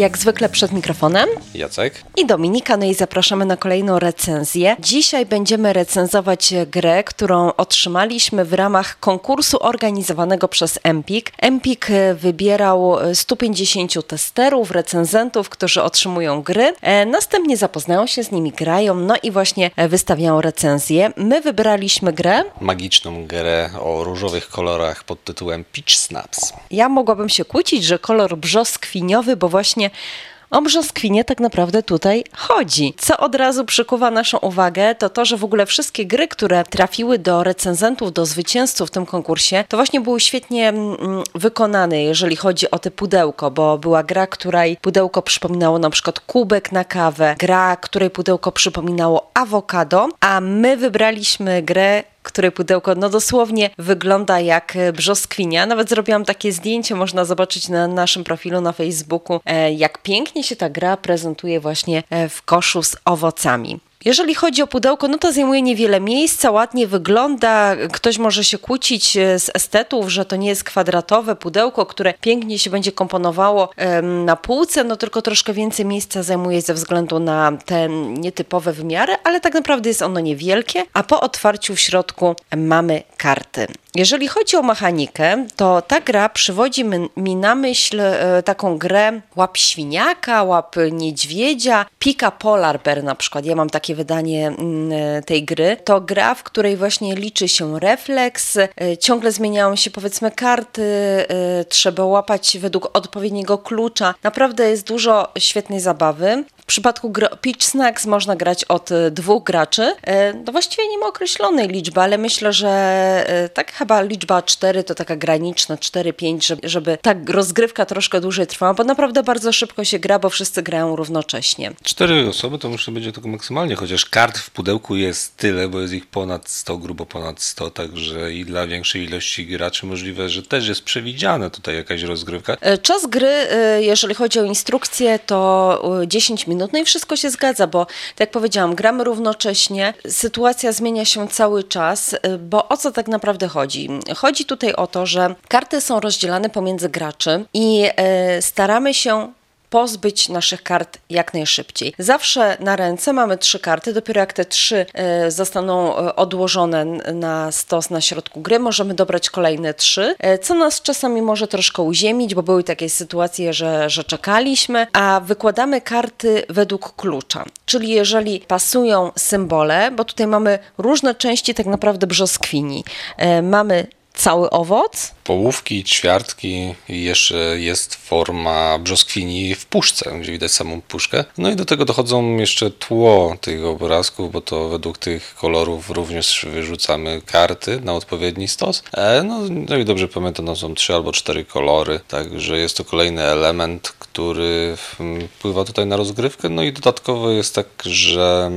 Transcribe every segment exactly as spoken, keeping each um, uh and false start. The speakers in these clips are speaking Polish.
Jak zwykle przed mikrofonem Jacek i Dominika, no i zapraszamy na kolejną recenzję. Dzisiaj będziemy recenzować grę, którą otrzymaliśmy w ramach konkursu organizowanego przez Empik. Empik wybierał stu pięćdziesięciu testerów, recenzentów, którzy otrzymują gry. Następnie zapoznają się z nimi, grają, no i właśnie wystawiają recenzję. My wybraliśmy grę. Magiczną grę o różowych kolorach pod tytułem Peach Snaps. Ja mogłabym się kłócić, że kolor brzoskwiniowy, bo właśnie o brzoskwinie tak naprawdę tutaj chodzi. Co od razu przykuwa naszą uwagę, to to, że w ogóle wszystkie gry, które trafiły do recenzentów, do zwycięzców w tym konkursie, to właśnie były świetnie mm, wykonane, jeżeli chodzi o te pudełko, bo była gra, której pudełko przypominało na przykład kubek na kawę, gra, której pudełko przypominało awokado, a my wybraliśmy grę, której pudełko no dosłownie wygląda jak brzoskwinia. Nawet zrobiłam takie zdjęcie, można zobaczyć na naszym profilu na Facebooku, jak pięknie się ta gra prezentuje właśnie w koszu z owocami. Jeżeli chodzi o pudełko, no to zajmuje niewiele miejsca, ładnie wygląda. Ktoś może się kłócić z estetów, że to nie jest kwadratowe pudełko, które pięknie się będzie komponowało em, na półce, no tylko troszkę więcej miejsca zajmuje ze względu na te nietypowe wymiary, ale tak naprawdę jest ono niewielkie, a po otwarciu w środku mamy karty. Jeżeli chodzi o mechanikę, to ta gra przywodzi mi na myśl e, taką grę łap świniaka, łap niedźwiedzia, Pika Polar Bear na przykład. Ja mam takie wydanie m, tej gry. To gra, w której właśnie liczy się refleks, e, ciągle zmieniają się powiedzmy karty, e, trzeba łapać według odpowiedniego klucza. Naprawdę jest dużo świetnej zabawy. W przypadku gry Peach Snaps można grać od dwóch graczy. No właściwie nie ma określonej liczby, ale myślę, że tak chyba liczba cztery to taka graniczna, cztery pięć, żeby, żeby ta rozgrywka troszkę dłużej trwała, bo naprawdę bardzo szybko się gra, bo wszyscy grają równocześnie. Cztery osoby to myślę będzie tylko maksymalnie, chociaż kart w pudełku jest tyle, bo jest ich ponad sto, grubo ponad sto, także i dla większej ilości graczy możliwe, że też jest przewidziane tutaj jakaś rozgrywka. Czas gry, jeżeli chodzi o instrukcję, to dziesięć minut. No i wszystko się zgadza, bo tak jak powiedziałam, gramy równocześnie, sytuacja zmienia się cały czas, bo o co tak naprawdę chodzi? Chodzi tutaj o to, że karty są rozdzielane pomiędzy graczy i e, staramy się pozbyć naszych kart jak najszybciej. Zawsze na ręce mamy trzy karty, dopiero jak te trzy e, zostaną odłożone na stos na środku gry, możemy dobrać kolejne trzy, e, co nas czasami może troszkę uziemić, bo były takie sytuacje, że, że czekaliśmy, a wykładamy karty według klucza. Czyli jeżeli pasują symbole, bo tutaj mamy różne części tak naprawdę brzoskwini. E, mamy cały owoc, Połówki, ćwiartki i jeszcze jest forma brzoskwini w puszce, gdzie widać samą puszkę. No i do tego dochodzą jeszcze tło tych obrazków, bo to według tych kolorów również wyrzucamy karty na odpowiedni stos. E, no, no i dobrze pamiętam, no są trzy albo cztery kolory, także jest to kolejny element, który wpływa tutaj na rozgrywkę. No i dodatkowo jest tak, że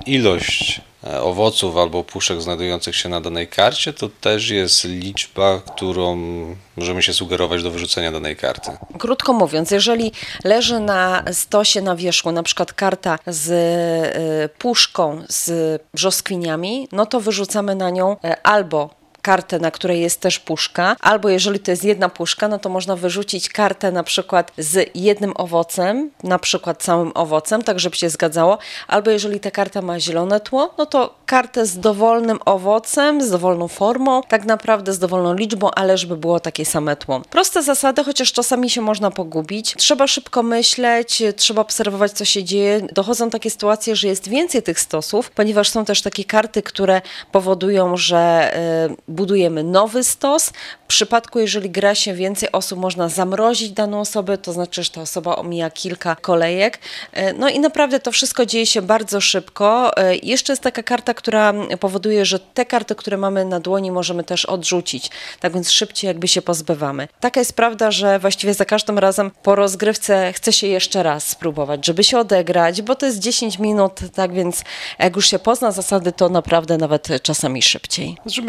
ilość owoców albo puszek znajdujących się na danej karcie to też jest liczba, którą możemy się sugerować do wyrzucenia danej karty. Krótko mówiąc, jeżeli leży na stosie na wierzchu na przykład karta z y, puszką z brzoskwiniami, no to wyrzucamy na nią y, albo kartę, na której jest też puszka, albo jeżeli to jest jedna puszka, no to można wyrzucić kartę na przykład z jednym owocem, na przykład całym owocem, tak żeby się zgadzało, albo jeżeli ta karta ma zielone tło, no to kartę z dowolnym owocem, z dowolną formą, tak naprawdę z dowolną liczbą, ale żeby było takie same tło. Proste zasady, chociaż czasami się można pogubić. Trzeba szybko myśleć, trzeba obserwować, co się dzieje. Dochodzą takie sytuacje, że jest więcej tych stosów, ponieważ są też takie karty, które powodują, że yy, budujemy nowy stos. W przypadku, jeżeli gra się więcej osób, można zamrozić daną osobę, to znaczy, że ta osoba omija kilka kolejek. No i naprawdę to wszystko dzieje się bardzo szybko. Jeszcze jest taka karta, która powoduje, że te karty, które mamy na dłoni, możemy też odrzucić. Tak więc szybciej jakby się pozbywamy. Taka jest prawda, że właściwie za każdym razem po rozgrywce chce się jeszcze raz spróbować, żeby się odegrać, bo to jest dziesięć minut, tak więc jak już się pozna zasady, to naprawdę nawet czasami szybciej. Żebyśmy grali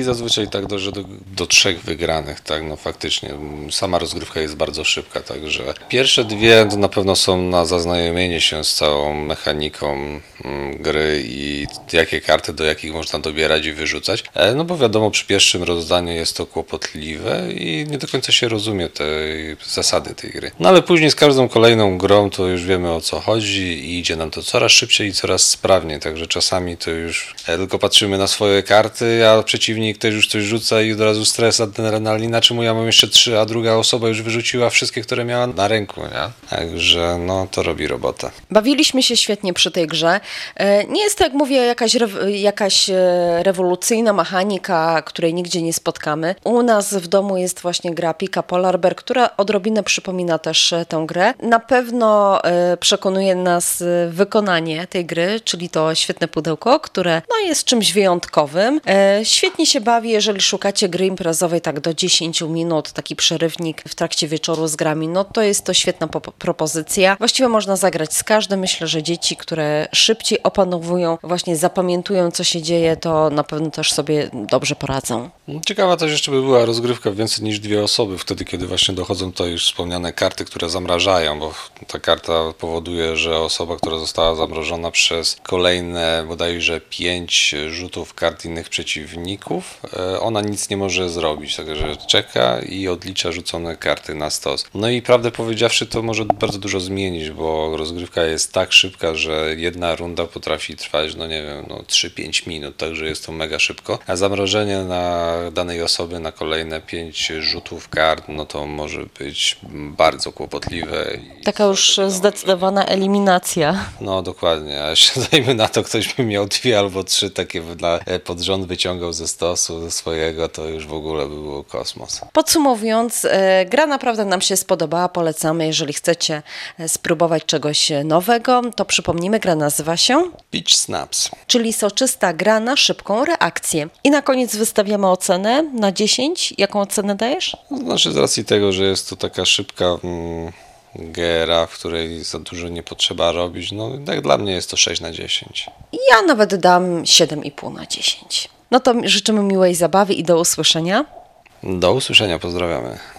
zazwyczaj tak do, że do, do trzech wygranych, tak, no faktycznie. Sama rozgrywka jest bardzo szybka, także pierwsze dwie to na pewno są na zaznajomienie się z całą mechaniką mm, gry i jakie karty do jakich można dobierać i wyrzucać. E, no bo wiadomo, przy pierwszym rozdaniu jest to kłopotliwe i nie do końca się rozumie te zasady tej gry. No ale później z każdą kolejną grą to już wiemy, o co chodzi i idzie nam to coraz szybciej i coraz sprawniej, także czasami to już e, tylko patrzymy na swoje karty, a przeciwnik też już coś rzuca i od razu stres, adrenalina, czemu ja mam jeszcze trzy, a druga osoba już wyrzuciła wszystkie, które miała na ręku, nie? Także no to robi robotę. Bawiliśmy się świetnie przy tej grze. E, Nie jest to, jak mówię, jakaś, rew- jakaś e, rewolucyjna mechanika, której nigdzie nie spotkamy. U nas w domu jest właśnie gra Pika Polar Bear, która odrobinę przypomina też e, tę grę. Na pewno e, przekonuje nas e, wykonanie tej gry, czyli to świetne pudełko, które no, jest czymś wyjątkowym. E, Świetnie się bawi, jeżeli szukacie gry imprezowej tak do dziesięć minut, taki przerywnik w trakcie wieczoru z grami, no to jest to świetna po- propozycja. Właściwie można zagrać z każdym. Myślę, że dzieci, które szybciej opanowują, właśnie zapamiętują, co się dzieje, to na pewno też sobie dobrze poradzą. Ciekawa też jeszcze by była rozgrywka w więcej niż dwie osoby, wtedy kiedy właśnie dochodzą to już wspomniane karty, które zamrażają, bo ta karta powoduje, że osoba, która została zamrożona przez kolejne bodajże pięć rzutów kart innych przeciwników, e, ona nic nie może zrobić, także czeka i odlicza rzucone karty na stos. No i prawdę powiedziawszy, to może bardzo dużo zmienić, bo rozgrywka jest tak szybka, że jedna runda potrafi trwać, no nie wiem, no trzy pięć minut, także jest to mega szybko, a zamrożenie na danej osoby na kolejne pięć rzutów kart, no to może być bardzo kłopotliwe. Taka już zdecydowana eliminacja. No dokładnie, a jeszcze dajmy na to, ktoś by miał dwie albo trzy takie na, pod rząd wyciągał ze stosu ze swojego, to już w ogóle by było kosmos. Podsumowując, e, gra naprawdę nam się spodobała, polecamy, jeżeli chcecie e, spróbować czegoś nowego, to przypomnijmy, gra nazywa się, Pitch Snaps. czyli soczysta gra na szybką reakcję. I na koniec wystawiamy ocenę na dziesięć. Jaką ocenę dajesz? Znaczy z racji tego, że jest to taka szybka mm, gra, w której za dużo nie potrzeba robić, no tak dla mnie jest to sześć na dziesięć. Ja nawet dam siedem i pół na dziesięć. No to życzymy miłej zabawy i do usłyszenia. Do usłyszenia, pozdrawiamy.